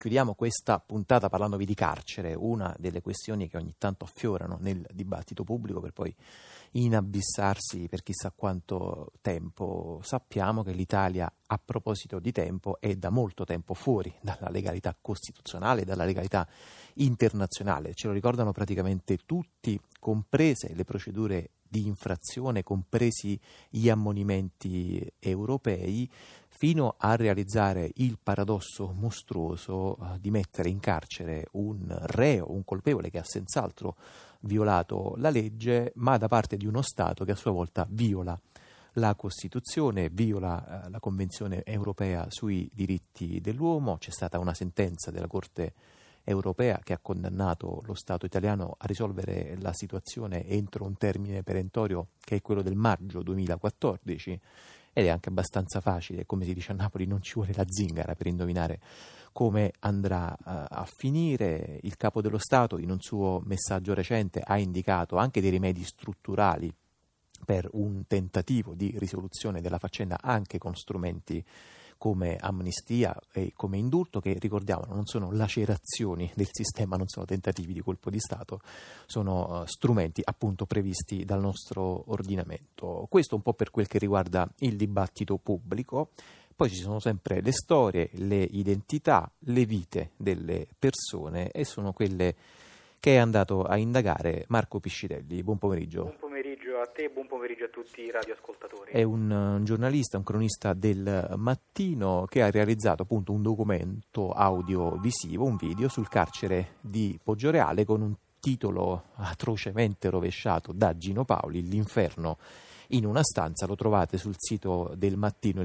Chiudiamo questa puntata parlandovi di carcere, una delle questioni che ogni tanto affiorano nel dibattito pubblico per poi inabissarsi per chissà quanto tempo. Sappiamo che l'Italia, a proposito di tempo, è da molto tempo fuori dalla legalità costituzionale, dalla legalità internazionale. Ce lo ricordano praticamente tutti, comprese le procedure di infrazione, compresi gli ammonimenti europei, fino a realizzare il paradosso mostruoso di mettere in carcere un reo, un colpevole che ha senz'altro violato la legge, ma da parte di uno Stato che a sua volta viola la Costituzione, viola la Convenzione europea sui diritti dell'uomo. C'è stata una sentenza della Corte europea che ha condannato lo Stato italiano a risolvere la situazione entro un termine perentorio che è quello del maggio 2014, ed è anche abbastanza facile, come si dice a Napoli, non ci vuole la zingara per indovinare come andrà a finire. Il Capo dello Stato in un suo messaggio recente ha indicato anche dei rimedi strutturali per un tentativo di risoluzione della faccenda anche con strumenti come amnistia e come indulto, che ricordiamo non sono lacerazioni del sistema, non sono tentativi di colpo di Stato, sono strumenti appunto previsti dal nostro ordinamento. Questo un po' per quel che riguarda il dibattito pubblico. Poi ci sono sempre le storie, le identità, le vite delle persone, e sono quelle che è andato a indagare Marco Piscitelli. Buon pomeriggio. Buon pomeriggio a te e buon pomeriggio a tutti i radioascoltatori. È un giornalista, un cronista del Mattino che ha realizzato appunto un documento audiovisivo, un video sul carcere di Poggioreale con un titolo atrocemente rovesciato da Gino Paoli, L'inferno in una stanza. Lo trovate sul sito del Mattino,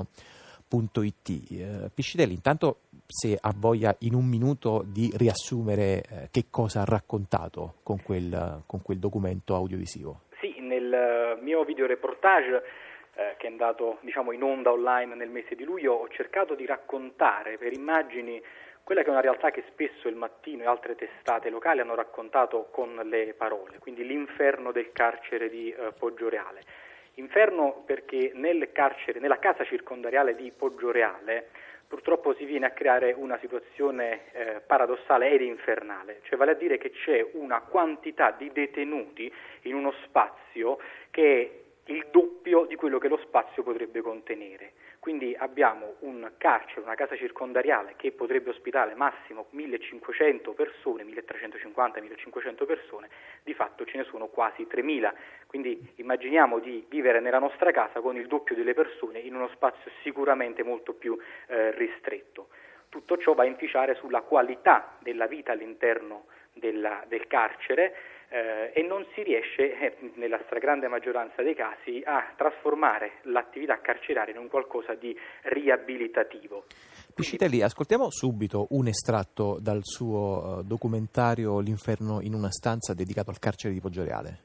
ilmattino.it. Piscitelli, intanto, se ha voglia in un minuto di riassumere che cosa ha raccontato con quel documento audiovisivo. Sì, nel mio videoreportage che è andato in onda online nel mese di luglio, ho cercato di raccontare per immagini quella che è una realtà che spesso il Mattino e altre testate locali hanno raccontato con le parole, quindi l'inferno del carcere di Poggioreale. Inferno perché nella casa circondariale di Poggioreale purtroppo si viene a creare una situazione paradossale ed infernale, cioè vale a dire che c'è una quantità di detenuti in uno spazio che è il doppio di quello che lo spazio potrebbe contenere. Quindi abbiamo un carcere, una casa circondariale che potrebbe ospitare massimo 1500 persone, 1350-1500 persone, di fatto ce ne sono quasi 3000. Quindi immaginiamo di vivere nella nostra casa con il doppio delle persone in uno spazio sicuramente molto più ristretto. Tutto ciò va a inficiare sulla qualità della vita all'interno del carcere e non si riesce, nella stragrande maggioranza dei casi, a trasformare l'attività carceraria in un qualcosa di riabilitativo. Piscitelli, ascoltiamo subito un estratto dal suo documentario L'inferno in una stanza, dedicato al carcere di Poggioreale.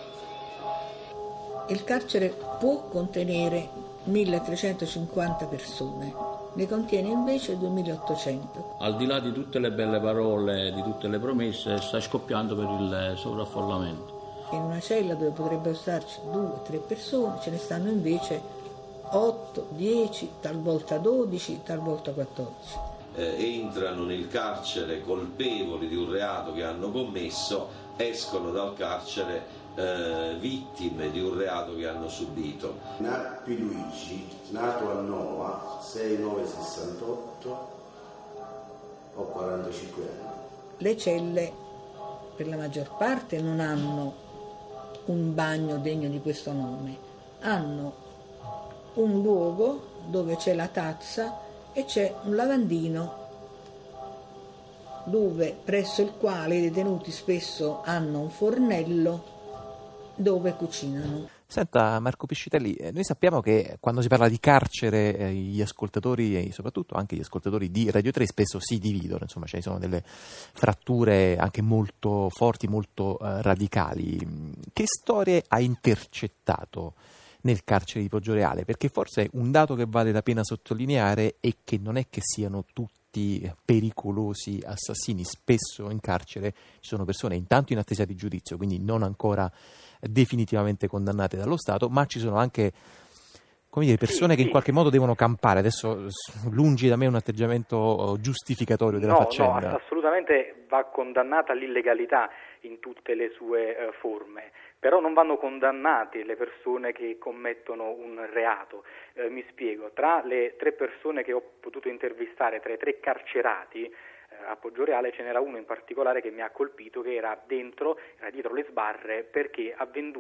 Il carcere può contenere 1350 persone, ne contiene invece 2800. Al di là di tutte le belle parole, di tutte le promesse, sta scoppiando per il sovraffollamento. In una cella dove potrebbero starci 2 o 3 persone ce ne stanno invece 8, 10, talvolta 12, talvolta 14. Entrano nel carcere colpevoli di un reato che hanno commesso, escono dal carcere vittime di un reato che hanno subito. Nappi Luigi, nato a Nova, 6-9-68, ho 45 anni. Le celle per la maggior parte non hanno un bagno degno di questo nome, hanno un luogo dove c'è la tazza e c'è un lavandino presso il quale i detenuti spesso hanno un fornello dove cucinano. Senta Marco Piscitelli, noi sappiamo che quando si parla di carcere gli ascoltatori e soprattutto anche gli ascoltatori di Radio 3 spesso si dividono, insomma ci sono delle fratture anche molto forti, molto radicali. Che storie ha intercettato nel carcere di Poggioreale? Perché forse un dato che vale la pena sottolineare è che non è che siano tutti pericolosi assassini. Spesso in carcere ci sono persone intanto in attesa di giudizio, quindi non ancora definitivamente condannate dallo Stato, ma ci sono anche come dire, persone che in qualche modo devono campare. Adesso lungi da me un atteggiamento giustificatorio della faccenda. No, assolutamente va condannata l'illegalità in tutte le sue forme, però non vanno condannate le persone che commettono un reato. Mi spiego, tra le 3 persone che ho potuto intervistare, tra i 3 carcerati a Poggioreale, ce n'era uno in particolare che mi ha colpito, che era dietro le sbarre perché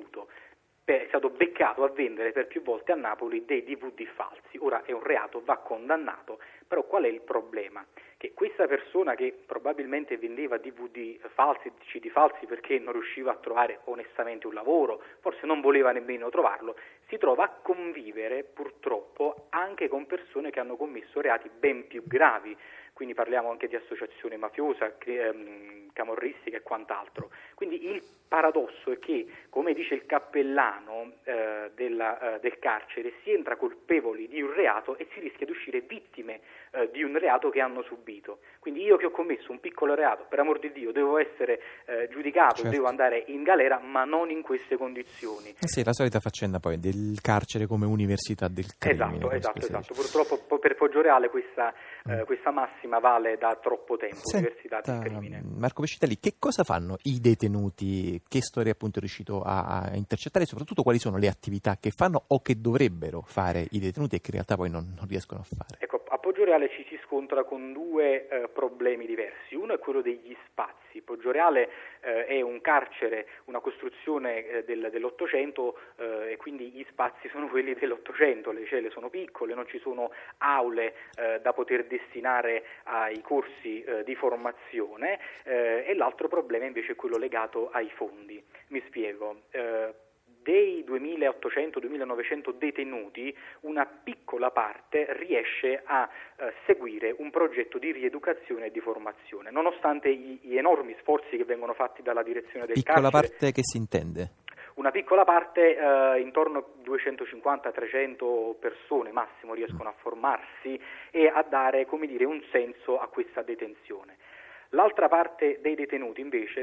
è stato beccato a vendere per più volte a Napoli dei DVD falsi. Ora è un reato, va condannato, però qual è il problema? Che questa persona che probabilmente vendeva DVD falsi, CD falsi perché non riusciva a trovare onestamente un lavoro, forse non voleva nemmeno trovarlo, si trova a convivere purtroppo anche con persone che hanno commesso reati ben più gravi. Quindi parliamo anche di associazione mafiosa, camorristica e quant'altro. Quindi il paradosso è che, come dice il cappellano del carcere, si entra colpevoli di un reato e si rischia di uscire vittime di un reato che hanno subito. Quindi io che ho commesso un piccolo reato, per amor di Dio, devo essere giudicato, certo, devo andare in galera, ma non in queste condizioni. Sì, la solita faccenda poi del carcere come università del crimine. Esatto. Purtroppo per Poggioreale questa massima vale da troppo tempo. Università del crimine. Marco Pescitelli, che cosa fanno i detenuti? Che storia appunto è riuscito a intercettare e soprattutto quali sono le attività che fanno o che dovrebbero fare i detenuti e che in realtà poi non riescono a fare? Ecco, a Poggioreale ci si scontra con 2 problemi diversi. Uno è quello degli spazi. Poggioreale è un carcere, una costruzione dell'Ottocento e quindi gli spazi sono quelli dell'Ottocento, le celle sono piccole, non ci sono aule da poter destinare ai corsi di formazione e l'altro problema invece è quello legato ai fondi. Mi spiego. Dei 2.800-2.900 detenuti, una piccola parte riesce a seguire un progetto di rieducazione e di formazione, nonostante gli enormi sforzi che vengono fatti dalla direzione del carcere. Piccola parte che si intende? Una piccola parte, intorno a 250-300 persone massimo riescono a formarsi e a dare, come dire, un senso a questa detenzione. L'altra parte dei detenuti invece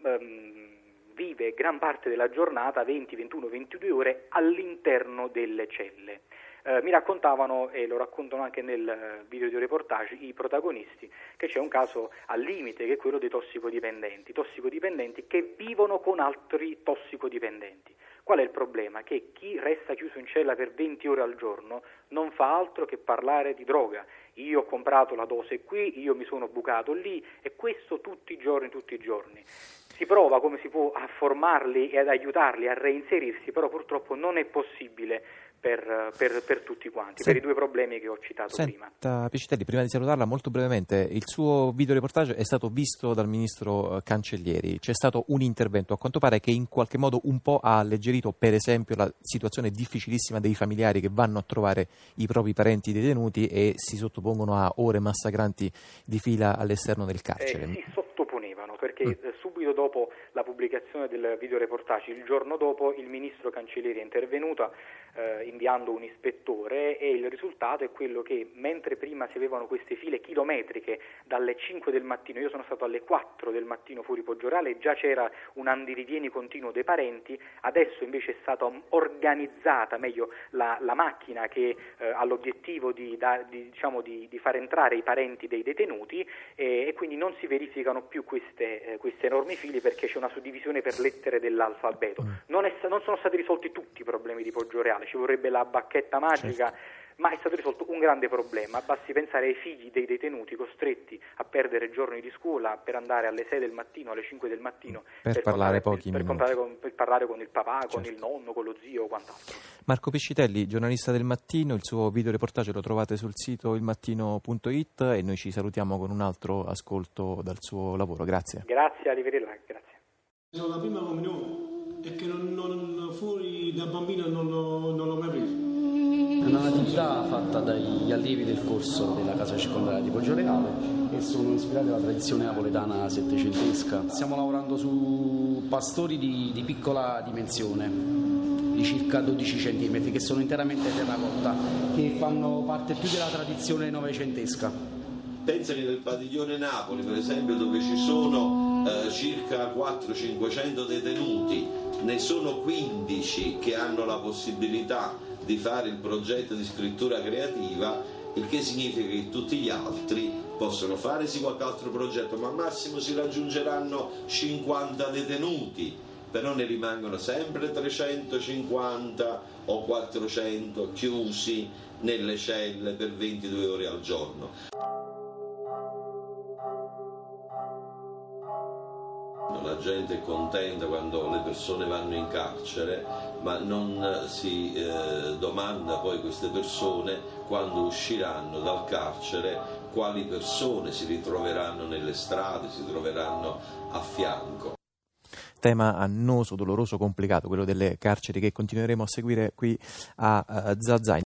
vive gran parte della giornata, 20, 21, 22 ore, all'interno delle celle. Mi raccontavano, e lo raccontano anche nel video di reportage, i protagonisti, che c'è un caso al limite che è quello dei tossicodipendenti che vivono con altri tossicodipendenti. Qual è il problema? Che chi resta chiuso in cella per 20 ore al giorno non fa altro che parlare di droga. Io ho comprato la dose qui, io mi sono bucato lì, e questo tutti i giorni. Si prova come si può a formarli e ad aiutarli a reinserirsi, però purtroppo non è possibile per tutti quanti, per i 2 problemi che ho citato prima. Pescitelli, prima di salutarla molto brevemente, il suo videoreportage è stato visto dal ministro Cancellieri, c'è stato un intervento a quanto pare che in qualche modo un po' ha alleggerito per esempio la situazione difficilissima dei familiari che vanno a trovare i propri parenti detenuti e si sottopongono a ore massacranti di fila all'esterno del carcere. Si sottoponevano perché subito dopo la pubblicazione del videoreportage, il giorno dopo, il ministro Cancellieri è intervenuto inviando un ispettore e il risultato è quello che mentre prima si avevano queste file chilometriche dalle 5 del mattino, io sono stato alle 4 del mattino fuori Poggioreale, già c'era un andirivieni continuo dei parenti, adesso invece è stata organizzata meglio la macchina che ha l'obiettivo di far entrare i parenti dei detenuti e quindi non si verificano più queste enormi file perché c'è una suddivisione per lettere dell'alfabeto. Non sono stati risolti tutti i problemi di Poggioreale, ci vorrebbe la bacchetta magica, certo, ma è stato risolto un grande problema. Basti pensare ai figli dei detenuti costretti a perdere giorni di scuola per andare alle 6 del mattino, alle 5 del mattino per parlare con il papà, certo, con il nonno, con lo zio o quant'altro. Marco Pescitelli, giornalista del Mattino, il suo videoreportage lo trovate sul sito ilmattino.it e noi ci salutiamo con un altro ascolto dal suo lavoro. Grazie. Grazie, arrivederla, grazie. La prima comunione è che non fuori da bambino non l'ho mai preso. È un'attività fatta dagli allievi del corso della casa circondariale di Poggioreale e sono ispirati alla tradizione napoletana settecentesca. Stiamo lavorando su pastori di piccola dimensione, di circa 12 cm, che sono interamente terracotta, che fanno parte più della tradizione novecentesca. Pensa che nel padiglione Napoli, per esempio, dove ci sono circa 400-500 detenuti, ne sono 15 che hanno la possibilità di fare il progetto di scrittura creativa, il che significa che tutti gli altri possono fare sì qualche altro progetto, ma al massimo si raggiungeranno 50 detenuti, però ne rimangono sempre 350 o 400 chiusi nelle celle per 22 ore al giorno. La gente è contenta quando le persone vanno in carcere, ma non si domanda poi queste persone, quando usciranno dal carcere, quali persone si ritroveranno nelle strade, si troveranno a fianco. Tema annoso, doloroso, complicato, quello delle carceri, che continueremo a seguire qui a Zazà.